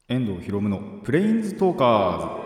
遠藤ひろむのプレインズトーカーズ。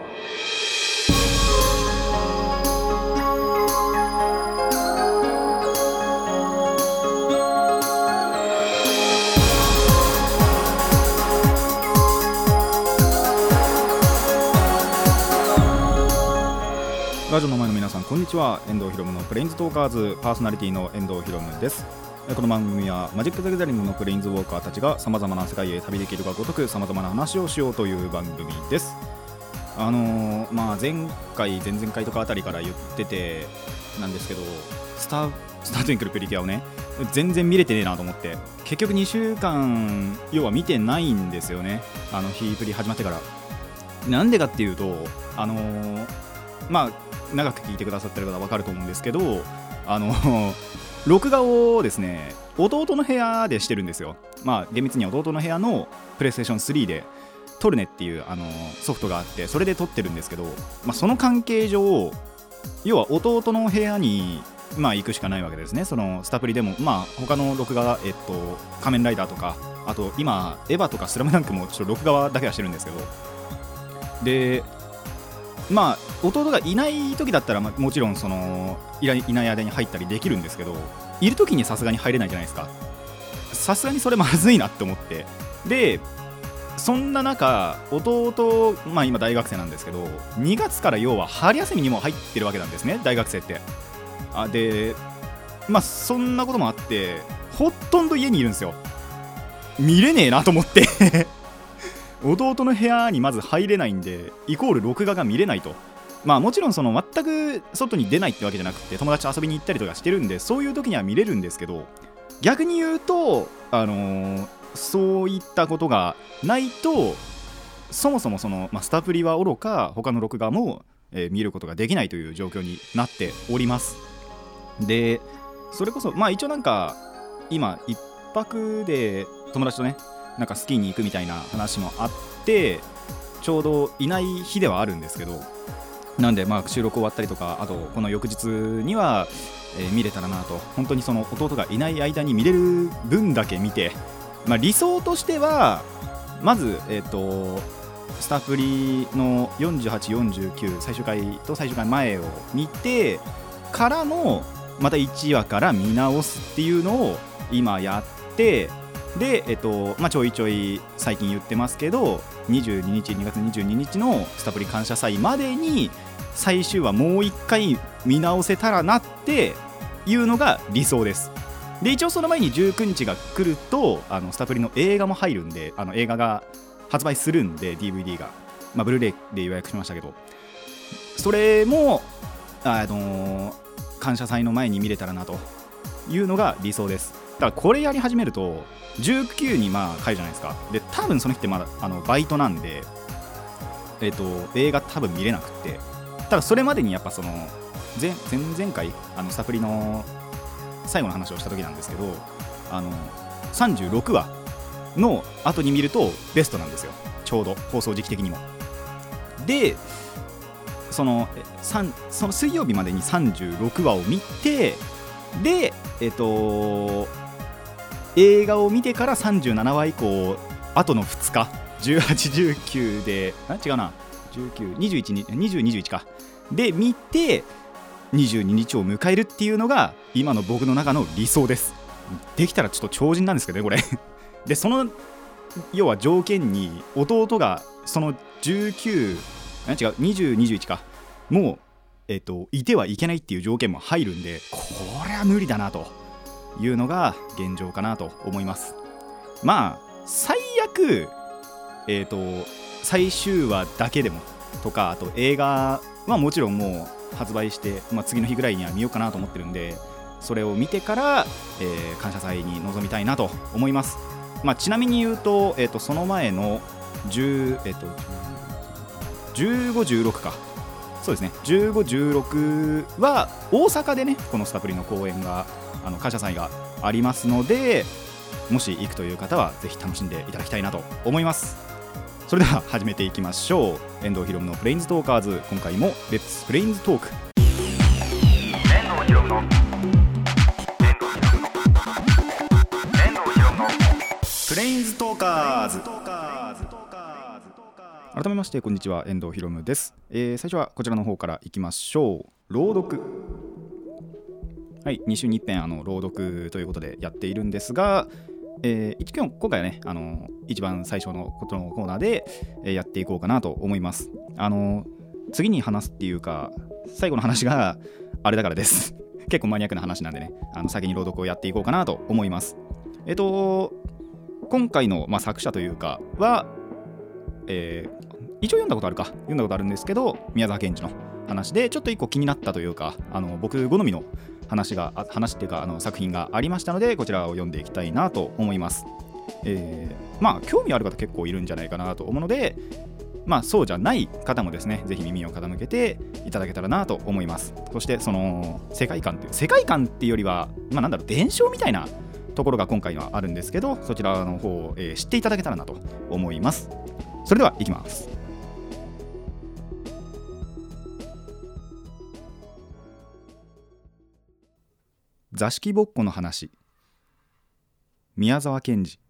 ラジオの前の皆さん、こんにちは。遠藤ひろむのプレインズトーカーズパーソナリティの遠藤ひろむです。この番組はマジック・ザ・ギャザリングのプレインズウォーカーたちがさまざまな世界へ旅できるがごとくさまざまな話をしようという番組です。前回前々回とかあたりから言っててなんですけど、スタートゥインクルプリキュアをね全然見れてねえなと思って、結局2週間要は見てないんですよね。ヒープリ始まってから。なんでかっていうと長く聞いてくださってる方は分かると思うんですけど、録画をですね弟の部屋でしてるんですよ。厳密には弟の部屋のプレイステーション3でトルネっていうソフトがあって、それで撮ってるんですけど、その関係上要は弟の部屋に行くしかないわけですね。そのスタプリでも他の録画が仮面ライダーとか、あと今エヴァとかスラムダンクもちょっと録画だけはしてるんですけど、で弟がいない時だったらもちろんそのいない間に入ったりできるんですけど、いる時にさすがに入れないじゃないですか。さすがにそれまずいなって思って、でそんな中弟、今大学生なんですけど、2月から要は春休みにも入ってるわけなんですね、大学生って。でそんなこともあってほとんど家にいるんですよ。見れねえなと思って弟の部屋にまず入れないんで、イコール録画が見れないと。もちろんその全く外に出ないってわけじゃなくて、友達と遊びに行ったりとかしてるんで、そういう時には見れるんですけど、逆に言うとそういったことがないと、そもそもその、スタプリはおろか他の録画も、見ることができないという状況になっております。でそれこそ一応今一泊で友達とねスキーに行くみたいな話もあって、ちょうどいない日ではあるんですけど、なんで収録終わったりとか、あとこの翌日には、見れたらなと。本当にその弟がいない間に見れる分だけ見て、理想としてはまずスタプリの48、49最終回と最終回前を見てからのまた1話から見直すっていうのを今やって、でちょいちょい最近言ってますけど、2月22日のスタプリ感謝祭までに最終話もう一回見直せたらなっていうのが理想です。で一応その前に19日が来るとスタプリの映画も入るんで、映画が発売するんで DVD が、ブルーレイで予約しましたけど、それも感謝祭の前に見れたらなというのが理想です。だからこれやり始めると19に帰るじゃないですか。で多分その日ってまだバイトなんで、映画多分見れなくって、ただそれまでにやっぱその前々回スタプリの最後の話をした時なんですけど、36話の後に見るとベストなんですよ、ちょうど放送時期的にも。でその水曜日までに36話を見て、で映画を見てから37話以降後の2日18、19で違うな19、21、20、21かで見て22日を迎えるっていうのが今の僕の中の理想です。できたらちょっと超人なんですけどねこれでその要は条件に弟がその19、20、21かもういてはいけないっていう条件も入るんで、これは無理だなというのが現状かなと思います。最悪最終話だけでもとか、あと映画はもちろんもう発売して、次の日ぐらいには見ようかなと思ってるんで、それを見てから、感謝祭に臨みたいなと思います。ちなみに言うと、その前の15、16か、そうですね、15、16は大阪でねこのスタプリの公演が感謝祭がありますので、もし行くという方はぜひ楽しんでいただきたいなと思います。それでは始めていきましょう。遠藤ひろむのプレインズトーカーズ、今回もレッツプレインズトーク。遠藤ひろむのプレインズトーカーズ。 改めましてこんにちは、遠藤ひろむです。最初はこちらの方からいきましょう。朗読。はい、2週に1遍朗読ということでやっているんですが、今回はね、一番最初のことのコーナーで、やっていこうかなと思います。次に話すっていうか、最後の話があれだからです。結構マニアックな話なんでね、先に朗読をやっていこうかなと思います。今回の、作者というかは、一応読んだことあるんですけど、宮沢賢治の話でちょっと一個気になったというか、僕好みの話っていうか作品がありましたので、こちらを読んでいきたいなと思います。興味ある方結構いるんじゃないかなと思うので、そうじゃない方もですね、ぜひ耳を傾けていただけたらなと思います。そしてその世界観っていうよりは、伝承みたいなところが今回はあるんですけど、そちらの方を、知っていただけたらなと思います。それではいきます。座敷ぼっこの話。宮沢賢治。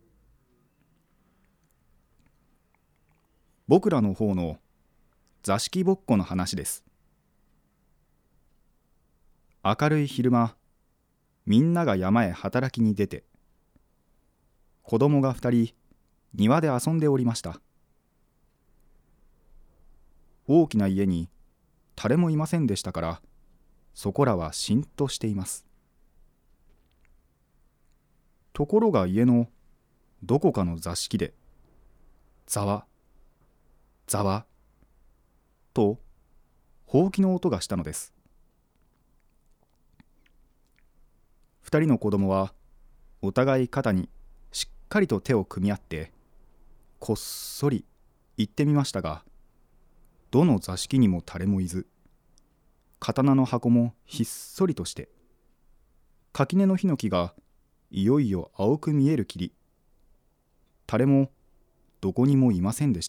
僕らの方の座敷ぼっこの話です。明るい昼間、みんなが山へ働きに出て、子供が2人庭で遊んでおりました。大きな家に誰もいませんでしたから、そこらはしんとしています。ところが家のどこかの座敷で、ざわざわとほうきの音がしたのです。2人の子供はお互い肩にしっかりと手を組み合ってこっそり行ってみましたが、どの座敷にも誰もいず、刀の箱もひっそりとして、垣根のヒノキがいよいよ青く見えるきり、誰もどこにもいませんでした。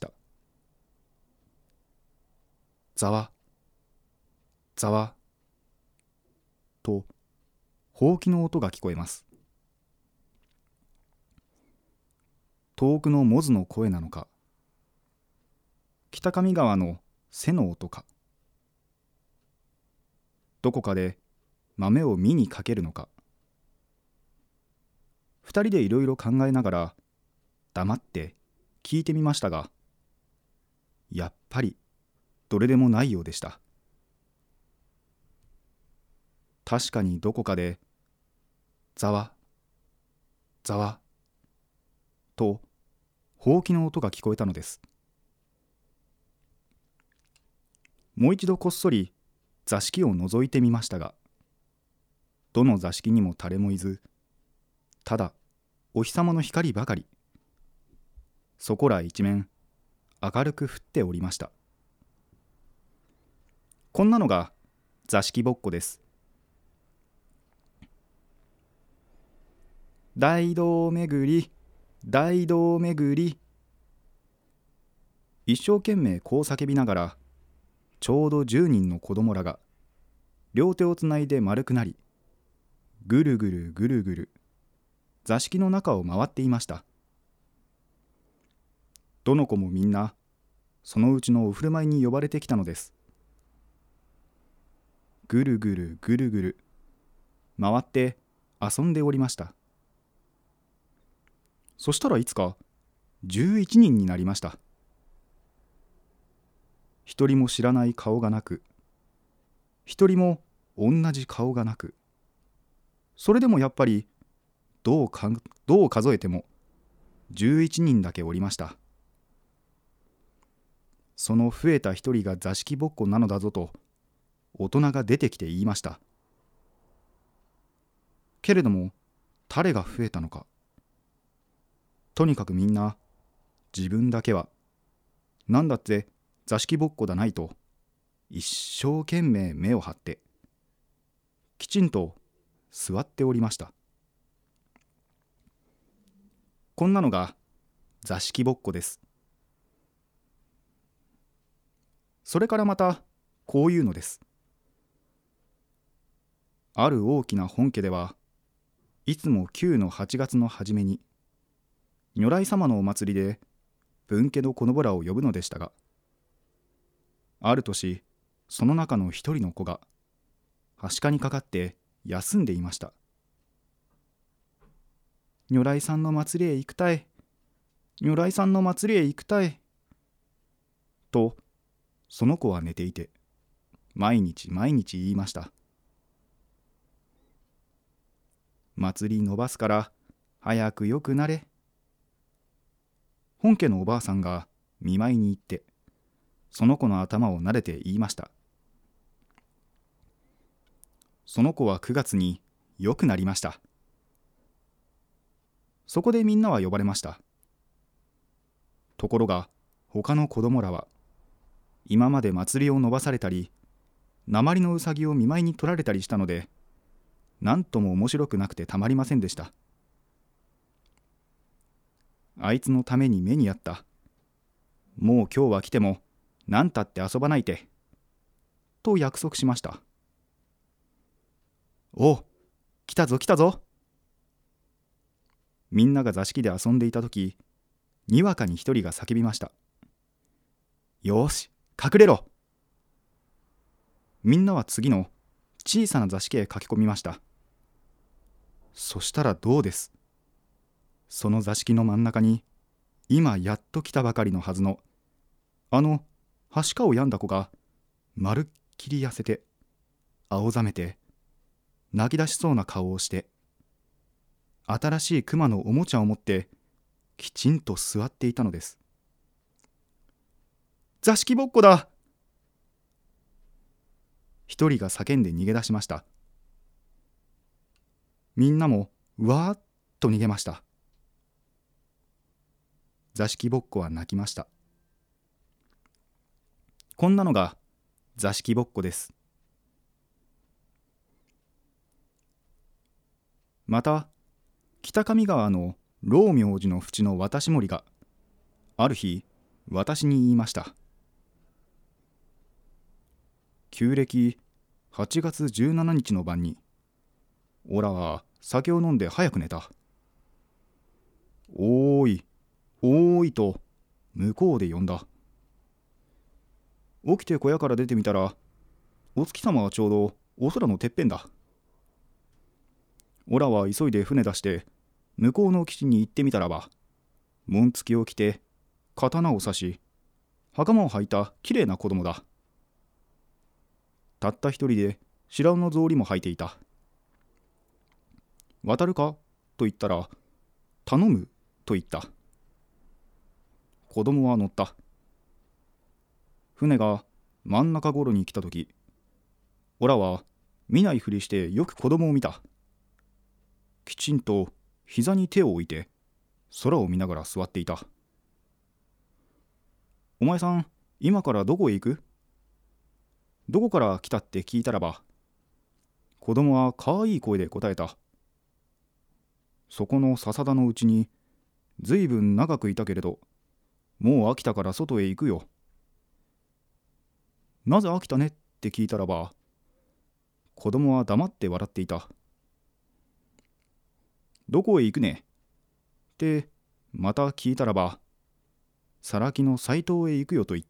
ざわざわとほうきの音が聞こえます。遠くのモズの声なのか、北上川の瀬の音か、どこかで豆を見にかけるのか、二人でいろいろ考えながら黙って聞いてみましたが、やっぱりどれでもないようでした。確かにどこかでざわざわとほうきの音が聞こえたのです。もう一度こっそり座敷を覗いてみましたが、どの座敷にも誰もいず、ただお日様の光ばかり、そこら一面明るく降っておりました。こんなのが座敷ぼっこです。大道巡り、大道巡り。一生懸命こう叫びながら、ちょうど10人の子供らが両手をつないで丸くなり、ぐるぐるぐるぐる座敷の中を回っていました。どの子もみんなそのうちのお振る舞いに呼ばれてきたのです。ぐるぐるぐるぐる回って遊んでおりました。そしたらいつか11人になりました。一人も知らない顔がなく、一人も同じ顔がなく、それでもやっぱりどう数えても11人だけおりました。その増えた一人が座敷ぼっこなのだぞと大人が出てきて言いました。けれども誰が増えたのか、とにかくみんな自分だけはなんだって座敷ぼっこだないと一生懸命目を張ってきちんと座っておりました。こんなのが座敷ぼっこです。それからまたこういうのです。ある大きな本家ではいつも旧の8月の初めに如来様のお祭りで分家の子のぼらを呼ぶのでしたが、ある年その中の一人の子がはしかにかかって休んでいました。如来さんの祭りへ行くたい、如来さんの祭りへ行くたいとその子は寝ていて毎日毎日言いました。祭り伸ばすから早くよくなれ。本家のおばあさんが見舞いに行ってその子の頭を撫でて言いました。その子は9月によくなりました。そこでみんなは呼ばれました。ところが他の子供らは今まで祭りを伸ばされたり鉛のうさぎを見舞いに取られたりしたので、なんとも面白くなくてたまりませんでした。あいつのために目にあった。もう今日は来ても何たって遊ばないてと約束しました。おう、来たぞ来たぞ。みんなが座敷で遊んでいたとき、にわかに一人が叫びました。よーし、隠れろ。みんなは次の小さな座敷へ駆け込みました。そしたらどうです。その座敷の真ん中に今やっと来たばかりのはずのはしかを病んだ子がまるっきり痩せて青ざめて泣き出しそうな顔をして、新しい熊のおもちゃを持ってきちんと座っていたのです。座敷ぼっこだ。一人が叫んで逃げ出しました。みんなもわーっと逃げました。座敷ぼっこは泣きました。こんなのが座敷ぼっこです。また北上川の老明寺の淵の渡し森がある日私に言いました。旧暦8月17日の晩にオラは酒を飲んで早く寝た。おーいおーいと向こうで呼んだ。起きて小屋から出てみたらお月様はちょうどお空のてっぺんだ。オラは急いで船出して向こうの岸に行ってみたらば、紋付きを着て刀を刺し袴を履いたきれいな子供だ。たった一人で白魚の草履も履いていた。渡るかと言ったら、頼むと言った。子供は乗った。船が真ん中ごろに来たとき、オラは見ないふりしてよく子供を見た。きちんと膝に手を置いて空を見ながら座っていた。お前さん、今からどこへ行く？どこから来たって聞いたらば、子供はかわいい声で答えた。そこの笹田のうちにずいぶん長くいたけれど、もう飽きたから外へ行くよ。なぜ飽きたねって聞いたらば、子供は黙って笑っていた。どこへ行くねってまた聞いたらば、さ木の斎藤へ行くよと言った。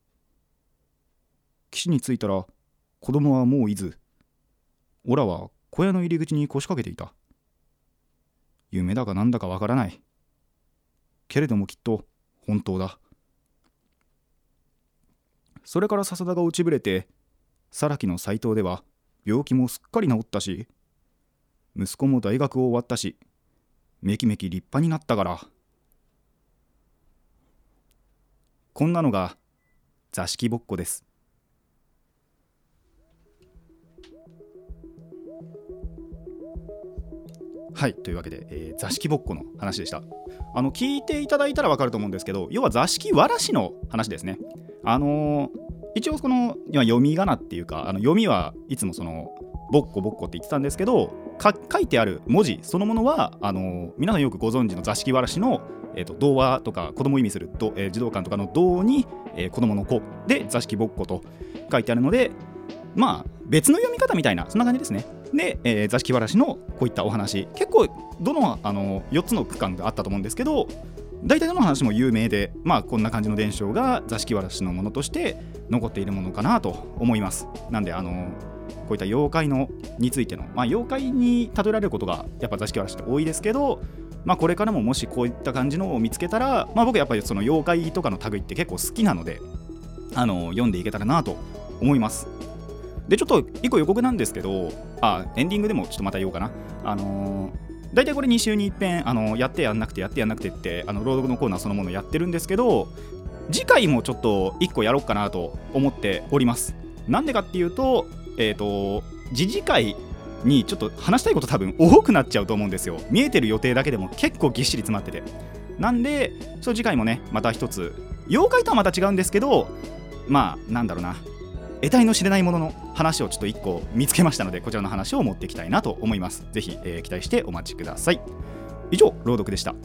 岸に着いたら子供はもういず、オラは小屋の入り口に腰掛けていた。夢だかなんだかわからない。けれどもきっと本当だ。それから笹田が落ちぶれて、さ木の斎藤では病気もすっかり治ったし、息子も大学を終わったし、めきめき立派になったから。こんなのが座敷ぼっこです。はい、というわけで、座敷ぼっこの話でした。聞いていただいたら分かると思うんですけど、要は座敷わらしの話ですね。一応この読み仮名っていうか、読みはいつもそのぼっこぼっこって言ってたんですけど、書いてある文字そのものは皆さんよくご存知の座敷わらしの、童話とか子供を意味する児童館とかの童に、子供の子で座敷ぼっこと書いてあるので、まあ別の読み方みたいなそんな感じですね。で、座敷わらしのこういったお話、結構どの4つの区間があったと思うんですけど、 大体どの話も有名で、こんな感じの伝承が座敷わらしのものとして残っているものかなと思います。なんでこういった妖怪についての、妖怪に例えられることがやっぱ座敷わらしって多いですけど、これからももしこういった感じのを見つけたら、僕やっぱりその妖怪とかの類って結構好きなので読んでいけたらなと思います。でちょっと1個予告なんですけど、エンディングでもちょっとまた言おうかな。大体これ2週に一遍やってやんなくてって朗読のコーナーそのものやってるんですけど、次回もちょっと1個やろうかなと思っております。なんでかっていうと次回にちょっと話したいこと多分多くなっちゃうと思うんですよ。見えてる予定だけでも結構ぎっしり詰まってて、なんで次回もねまた一つ妖怪とはまた違うんですけど、なんだろうな、得体の知れないものの話をちょっと1個見つけましたので、こちらの話を持っていきたいなと思います。ぜひ、期待してお待ちください。以上朗読でした。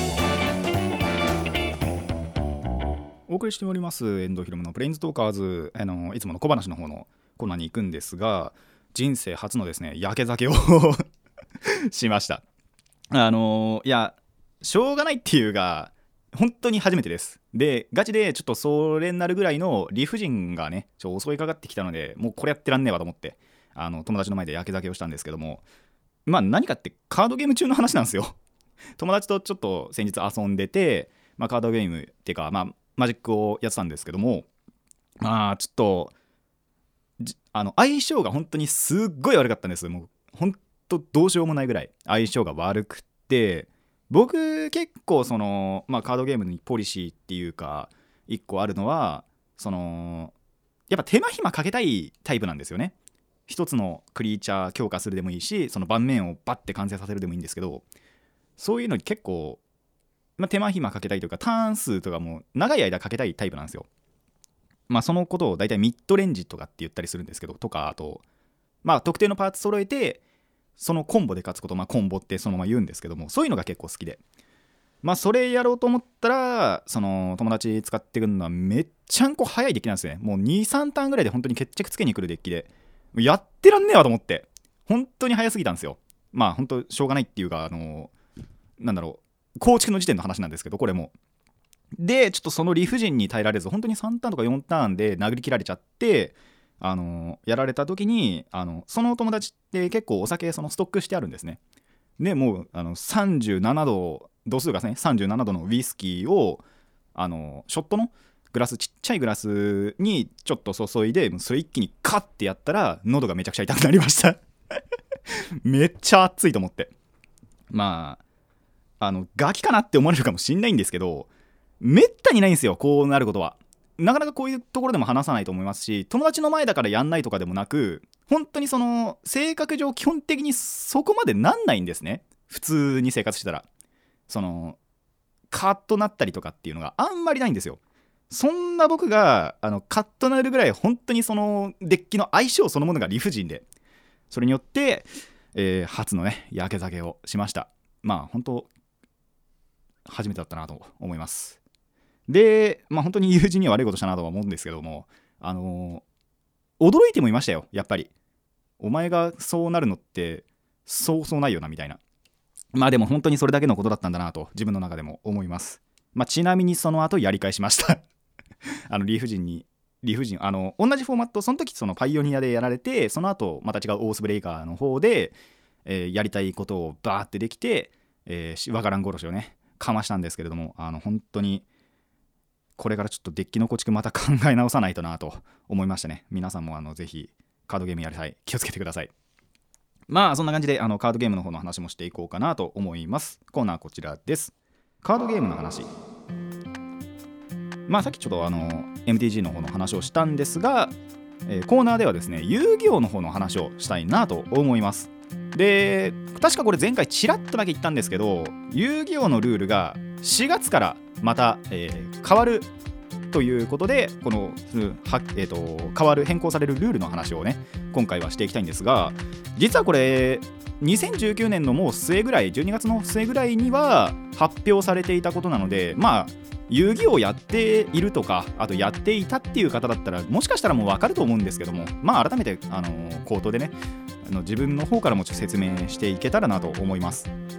お送りしておりますエンドフィルムのプレインズトーカーズ、いつもの小話の方のコーナーに行くんですが、人生初のですね焼け酒をしました。いやしょうがないっていうか本当に初めてです。でガチでちょっとそれになるぐらいの理不尽がね襲いかかってきたので、もうこれやってらんねえわと思って友達の前で焼け酒をしたんですけども、何かってカードゲーム中の話なんですよ。友達とちょっと先日遊んでて、カードゲームっていうかマジックをやってたんですけども、ちょっと相性が本当にすっごい悪かったんです。もう本当どうしようもないぐらい相性が悪くって、僕結構その、カードゲームにポリシーっていうか一個あるのは、やっぱ手間暇かけたいタイプなんですよね。一つのクリーチャー強化するでもいいし、その盤面をバッて完成させるでもいいんですけど、そういうのに結構、手間暇かけたいというかターン数とかも長い間かけたいタイプなんですよ。そのことを大体ミッドレンジとかって言ったりするんですけど、とかあと特定のパーツ揃えてそのコンボで勝つこと、コンボってそのまま言うんですけども、そういうのが結構好きで、それやろうと思ったらその友達使ってくるのはめっちゃんこ早いデッキなんですね。もう 2,3 ターンぐらいで本当に決着つけに来るデッキで、やってらんねえわと思って、本当に早すぎたんですよ。本当しょうがないっていうかなんだろう、構築の時点の話なんですけど、これもでちょっとその理不尽に耐えられず、本当に3ターンとか4ターンで殴り切られちゃって、やられた時にその友達って結構お酒そのストックしてあるんですね。でもう37度度数がね37度のウイスキーをショットのグラス、ちっちゃいグラスにちょっと注いで、それ一気にカッてやったら喉がめちゃくちゃ痛くなりましためっちゃ熱いと思って、ガキかなって思われるかもしんないんですけど、めったにないんですよこうなることは。なかなかこういうところでも話さないと思いますし、友達の前だからやんないとかでもなく、本当にその性格上基本的にそこまでなんないんですね。普通に生活してたらそのカッとなったりとかっていうのがあんまりないんですよ。そんな僕がカッとなるぐらい本当にそのデッキの相性そのものが理不尽で、それによって、初のね焼け酒をしました。本当初めてだったなと思います。で本当に友人には悪いことしたなとは思うんですけども、驚いてもいましたよ。やっぱりお前がそうなるのってそうないよなみたいな。でも本当にそれだけのことだったんだなと自分の中でも思います。ちなみにその後やり返しました理不尽同じフォーマット、その時そのパイオニアでやられて、その後また違うオースブレイカーの方で、やりたいことをバーってできて、わからん殺しをねかましたんですけれども、本当にこれからちょっとデッキの構築また考え直さないとなと思いましたね。皆さんもぜひカードゲームやりたい、気をつけてください。そんな感じでカードゲームの方の話もしていこうかなと思います。コーナーこちらです。カードゲームの話。さっきちょっとMTG の方の話をしたんですが、コーナーではですね遊戯王の方の話をしたいなと思います。で確かこれ前回ちらっとだけ言ったんですけど、遊戯王のルールが4月からまた、変わるということで、この、変わる変更されるルールの話をね今回はしていきたいんですが、実はこれ2019年のもう末ぐらい、12月の末ぐらいには発表されていたことなので、遊戯王やっているとか、あとやっていたっていう方だったらもしかしたらもう分かると思うんですけども、改めて口頭でね自分の方からも説明していけたらなと思います。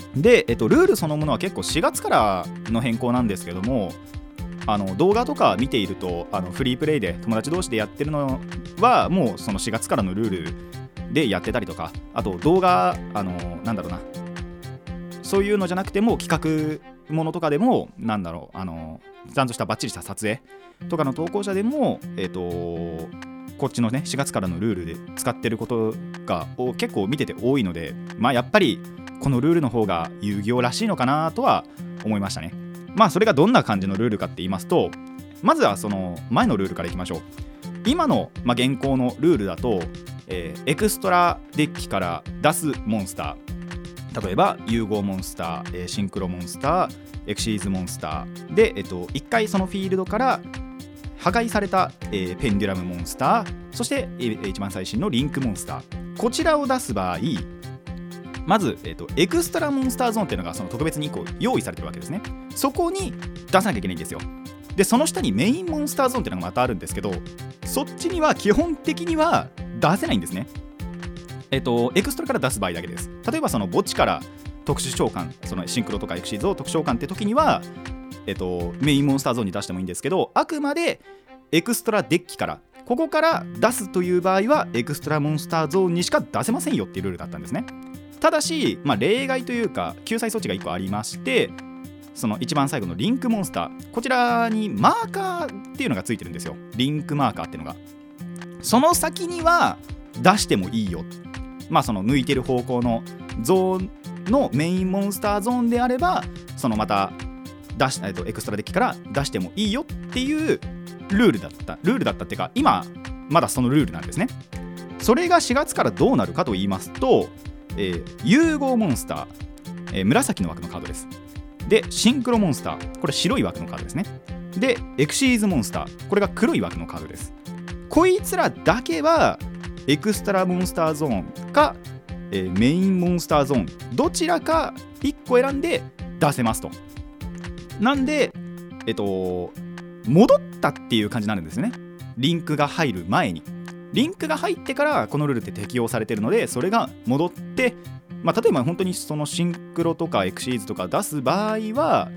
で、ルールそのものは結構4月からの変更なんですけども、動画とか見ているとフリープレイで友達同士でやってるのはもうその4月からのルールでやってたりとか、あと動画なんだろうな、そういうのじゃなくても企画ものとかでもなんだろうちゃんとしたバッチリした撮影とかの投稿者でもこっちのね4月からのルールで使ってることが結構見てて多いので、まあやっぱりこのルールの方が遊戯王らしいのかなとは思いましたね。まあそれがどんな感じのルールかって言いますと、まずはその前のルールからいきましょう。今の、現行のルールだと、エクストラデッキから出すモンスター、例えば融合モンスター、シンクロモンスター、エクシーズモンスターで、1回そのフィールドから破壊された、ペンデュラムモンスター、そして、一番最新のリンクモンスター、こちらを出す場合、まず、エクストラモンスターゾーンっていうのがその特別に1個用意されてるわけですね。そこに出さなきゃいけないんですよ。でその下にメインモンスターゾーンっていうのがまたあるんですけど、そっちには基本的には出せないんですね。エクストラから出す場合だけです。例えばその墓地から特殊召喚、そのシンクロとかエクシーズを特殊召喚って時には、メインモンスターゾーンに出してもいいんですけど、あくまでエクストラデッキからここから出すという場合はエクストラモンスターゾーンにしか出せませんよっていうルールだったんですね。ただし、例外というか救済措置が1個ありまして、その一番最後のリンクモンスター、こちらにマーカーっていうのがついてるんですよ。リンクマーカーっていうのが、その先には出してもいいよ、その向いてる方向のゾーンのメインモンスターゾーンであれば、そのまたエクストラデッキから出してもいいよっていうルールだったっていうか、今まだそのルールなんですね。それが4月からどうなるかと言いますと、融合モンスター、紫の枠のカードです。でシンクロモンスター、これ白い枠のカードですね。でエクシーズモンスター、これが黒い枠のカードです。こいつらだけはエクストラモンスターゾーンか、メインモンスターゾーンどちらか1個選んで出せますと。なんで戻ったっていう感じになるんですね。リンクが入る前に、リンクが入ってからこのルールって適用されてるので、それが戻って、例えば本当にそのシンクロとかエクシーズとか出す場合は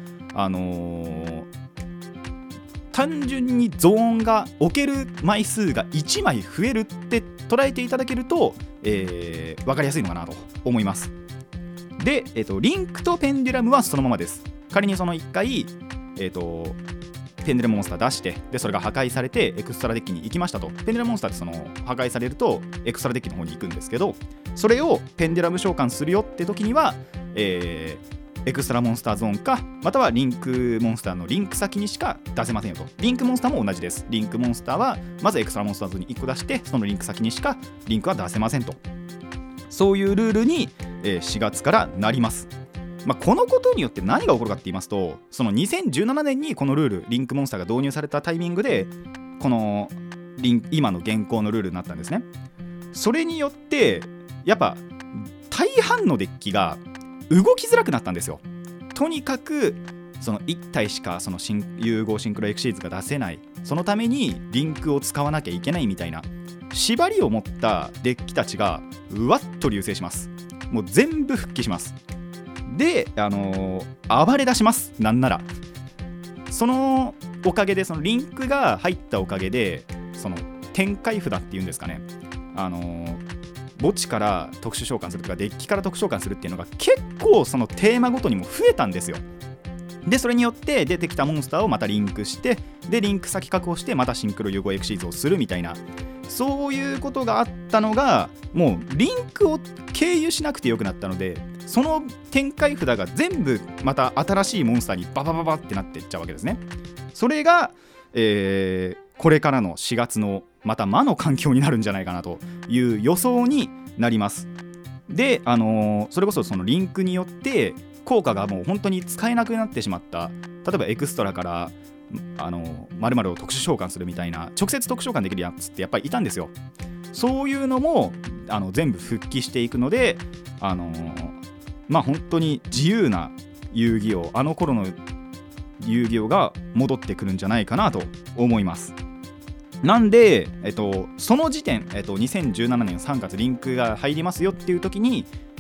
単純にゾーンが置ける枚数が1枚増えるって捉えていただけると、分かりやすいのかなと思います。で、リンクとペンデュラムはそのままです。仮にその1回、ペンデュラムモンスター出して、でそれが破壊されてエクストラデッキに行きましたと。ペンデュラムモンスターってその破壊されるとエクストラデッキの方に行くんですけど、それをペンデュラム召喚するよって時には、エクストラモンスターゾーンか、またはリンクモンスターのリンク先にしか出せませんよと。リンクモンスターも同じです。リンクモンスターはまずエクストラモンスターゾーンに1個出して、そのリンク先にしかリンクは出せませんと。そういうルールに、4月からなります。このことによって何が起こるかって言いますと、その2017年にこのルール、リンクモンスターが導入されたタイミングでこの今の現行のルールになったんですね。それによってやっぱ大半のデッキが動きづらくなったんですよ。とにかくその1体しかその融合シンクロエクシーズが出せない、そのためにリンクを使わなきゃいけないみたいな縛りを持ったデッキたちがうわっと隆盛します。もう全部復帰します。で、暴れ出します。なんならそのおかげで、そのリンクが入ったおかげで、その展開札っていうんですかね、墓地から特殊召喚するとかデッキから特殊召喚するっていうのが結構そのテーマごとにも増えたんですよ。でそれによって出てきたモンスターをまたリンクして、でリンク先確保してまたシンクロ融合エクシーズをするみたいな、そういうことがあったのが、もうリンクを経由しなくてよくなったので、その展開札が全部また新しいモンスターにババババってなっていっちゃうわけですね。それが、これからの4月のまた魔の環境になるんじゃないかなという予想になります。で、それこそそのリンクによって効果がもう本当に使えなくなってしまった、例えばエクストラから〇〇を特殊召喚するみたいな、直接特殊召喚できるやつってやっぱりいたんですよ。そういうのも全部復帰していくので、本当に自由な遊戯王、あの頃の遊戯王が戻ってくるんじゃないかなと思います。なんで、その時点、2017年3月リンクが入りますよっていう時に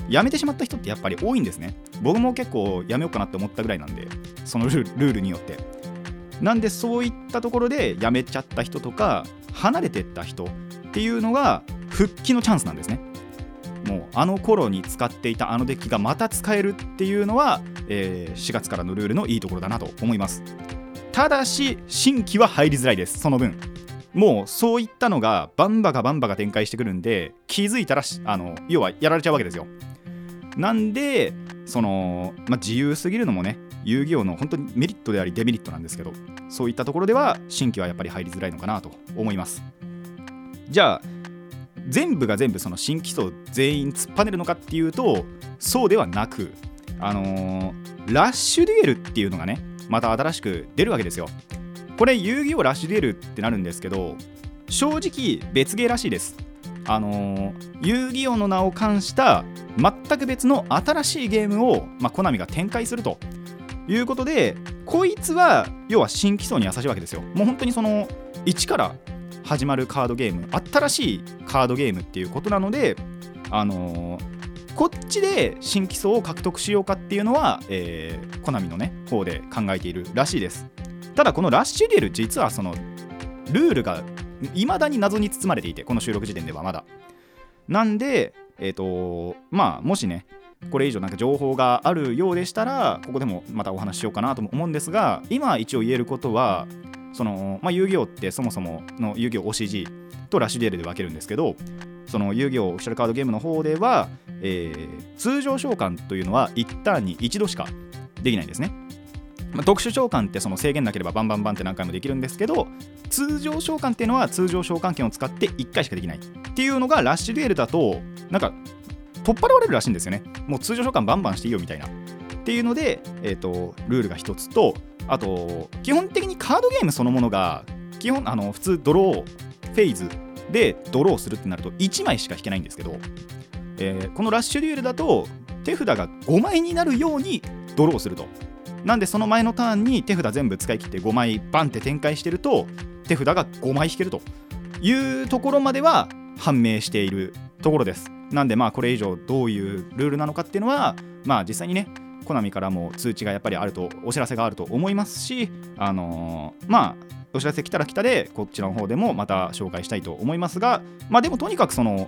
やめてしまった人ってやっぱり多いんですね。僕も結構やめようかなって思ったぐらいなんで、そのルールによって。なんでそういったところでやめちゃった人とか離れてった人っていうのが復帰のチャンスなんですね。もうあの頃に使っていたあのデッキがまた使えるっていうのは、4月からのルールのいいところだなと思います。ただし新規は入りづらいです。その分もうそういったのがバンバが展開してくるんで、気づいたら要はやられちゃうわけですよ。なんで自由すぎるのもね、遊戯王の本当にメリットでありデメリットなんですけど、そういったところでは新規はやっぱり入りづらいのかなと思います。じゃあ全部が全部その新規層全員突っぱねるのかっていうと、そうではなく、ラッシュデュエルっていうのがねまた新しく出るわけですよ。これ遊戯王ラッシュデュエルってなるんですけど、正直別ゲーらしいです。遊戯王の名を冠した全く別の新しいゲームを、コナミが展開するということで、こいつは要は新規層に優しいわけですよ。もう本当にその1から始まるカードゲーム、新しいカードゲームっていうことなので、こっちで新規層を獲得しようかっていうのは、コナミのね方で考えているらしいです。ただこのラッシュデュエル、実はそのルールが未だに謎に包まれていて、この収録時点ではまだなんで、もしねこれ以上なんか情報があるようでしたら、ここでもまたお話ししようかなと思うんですが、今一応言えることは遊戯王ってそもそもの遊戯王 OCG とラッシュデュエルで分けるんですけど、その遊戯王オフィシャルカードゲームの方では、通常召喚というのは1ターンに1度しかできないんですね。特殊召喚ってその制限なければバンバンって何回もできるんですけど、通常召喚っていうのは通常召喚権を使って1回しかできないっていうのがラッシュデュエルだとなんか取っ払われるらしいんですよね。もう通常召喚バンバンしていいよみたいなっていうので、ルールが一つと、あと基本的にカードゲームそのものが基本普通ドローフェーズでドローするってなると1枚しか引けないんですけど、このラッシュデュエルだと手札が5枚になるようにドローすると。なんでその前のターンに手札全部使い切って5枚バンって展開してると手札が5枚引けるというところまでは判明しているところです。なんでこれ以上どういうルールなのかっていうのは実際にねコナミからも通知がやっぱりあると、お知らせがあると思いますし、お知らせ来たら来たでこっちの方でもまた紹介したいと思いますが、でもとにかくその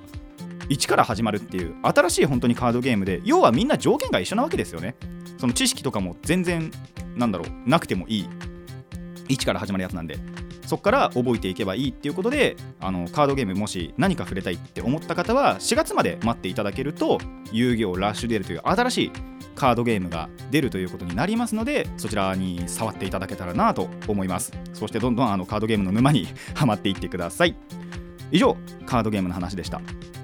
1から始まるっていう新しい本当にカードゲームで、要はみんな条件が一緒なわけですよね。その知識とかも全然なくてもいい1から始まるやつなんで、そこから覚えていけばいいっていうことで、カードゲームもし何か触れたいって思った方は4月まで待っていただけると遊戯王ラッシュデュエルという新しいカードゲームが出るということになりますので、そちらに触っていただけたらなと思います。そしてどんどんカードゲームの沼にはまっていってください。以上カードゲームの話でした。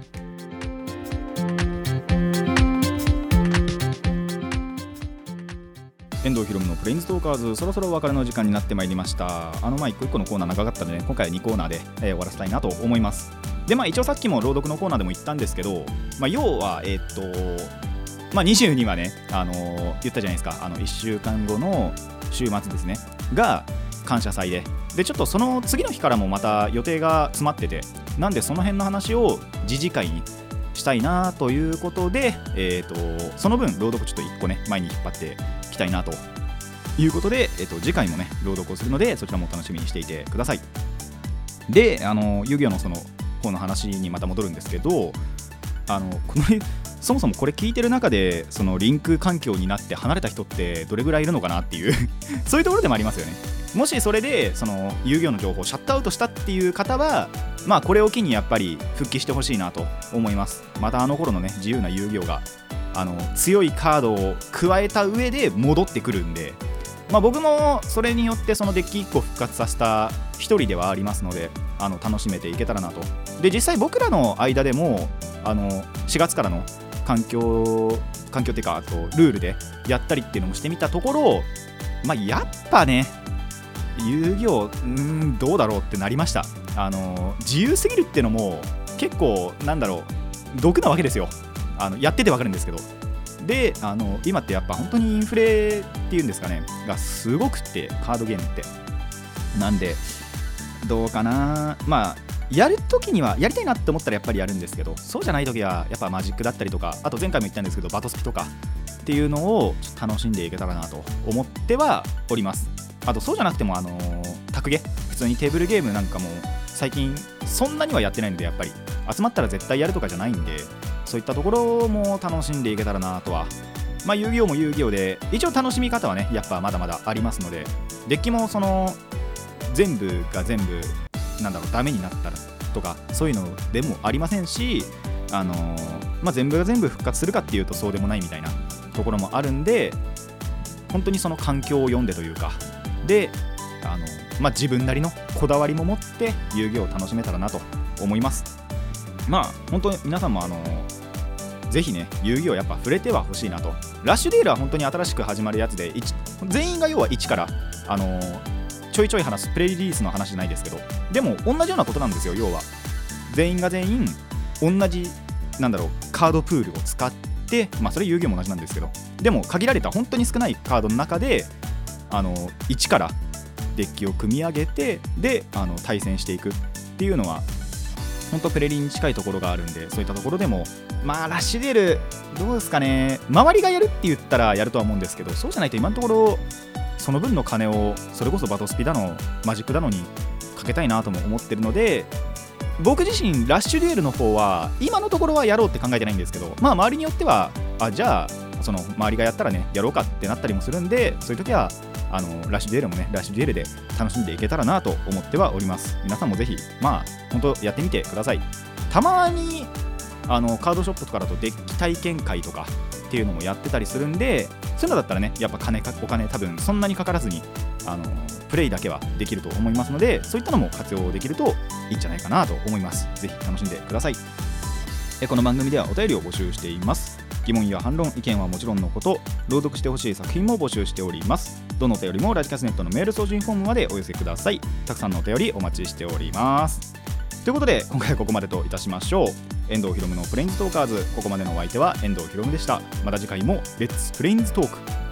遠藤ひろむのプレインズトーカーズ、そろそろお別れの時間になってまいりました。一個一個のコーナー長かったので、今回は2コーナーで、終わらせたいなと思います。で一応さっきも朗読のコーナーでも言ったんですけど、要は22はね、言ったじゃないですか、1週間後の週末ですねが感謝祭でちょっとその次の日からもまた予定が詰まってて、なんでその辺の話を次々回にしたいなということで、その分朗読ちょっと1個ね前に引っ張っていきたいなということで、次回もね朗読をするので、そちらも楽しみにしていてください。で遊戯王のその方の話にまた戻るんですけど、このそもそもこれ聞いてる中でそのリンク環境になって離れた人ってどれぐらいいるのかなっていうそういうところでもありますよね。もしそれでその遊戯王の情報をシャットアウトしたっていう方はこれを機にやっぱり復帰してほしいなと思います。また頃のね自由な遊戯王が強いカードを加えた上で戻ってくるんで、僕もそれによってそのデッキ1個復活させた一人ではありますので、楽しめていけたらなと。で実際僕らの間でも4月からの環境っていうかあとルールでやったりっていうのもしてみたところ、やっぱね遊戯王どうだろうってなりました。自由すぎるっていうのも結構毒なわけですよ。やっててわかるんですけど、で今ってやっぱ本当にインフレっていうんですかねがすごくって、カードゲームってなんでどうかな。 やるときにはやりたいなって思ったらやっぱりやるんですけど、そうじゃないときはやっぱマジックだったりとか、あと前回も言ったんですけどバトスピとかっていうのをちょっと楽しんでいけたらなと思ってはおります。あとそうじゃなくても卓ゲ普通にテーブルゲームなんかも最近そんなにはやってないので、やっぱり集まったら絶対やるとかじゃないんで、そういったところも楽しんでいけたらなとは。遊戯王も遊戯王で一応楽しみ方はねやっぱまだまだありますので、デッキもその全部が全部ダメになったらとかそういうのでもありませんし、全部が全部復活するかっていうとそうでもないみたいなところもあるんで、本当にその環境を読んでというかで自分なりのこだわりも持って遊戯王を楽しめたらなと思います。本当に皆さんもぜひね遊戯王やっぱ触れてはほしいなと。ラッシュデールは本当に新しく始まるやつで全員が要は1からちょいちょい話すプレイリリースの話じゃないですけど、でも同じようなことなんですよ。要は全員が全員同じカードプールを使って、それ遊戯王も同じなんですけど、でも限られた本当に少ないカードの中で1からデッキを組み上げてで対戦していくっていうのは本当プレリに近いところがあるんで、そういったところでもラッシュデールどうですかね、周りがやるって言ったらやるとは思うんですけど、そうじゃないと今のところその分の金をそれこそバトスピだのマジックだのにかけたいなとも思ってるので、僕自身ラッシュデールの方は今のところはやろうって考えてないんですけど、周りによってはじゃあその周りがやったらねやろうかってなったりもするんで、そういう時はラッシュデールもねラッシュデールで楽しんでいけたらなと思ってはおります。皆さんもぜひ本当やってみてください。たまにカードショップとかだとデッキ体験会とかっていうのもやってたりするんで、そういうのだったらねやっぱお金多分そんなにかからずにプレイだけはできると思いますので、そういったのも活用できるといいんじゃないかなと思います。ぜひ楽しんでください。この番組ではお便りを募集しています。疑問や反論、意見はもちろんのこと、朗読してほしい作品も募集しております。どのお便りもラジカセネットのメール送信フォームまでお寄せください。たくさんのお便りお待ちしております。ということで今回はここまでといたしましょう。遠藤ひろむのプレインズトーカーズ、ここまでのお相手は遠藤ひろむでした。また次回もレッツプレインズトーク。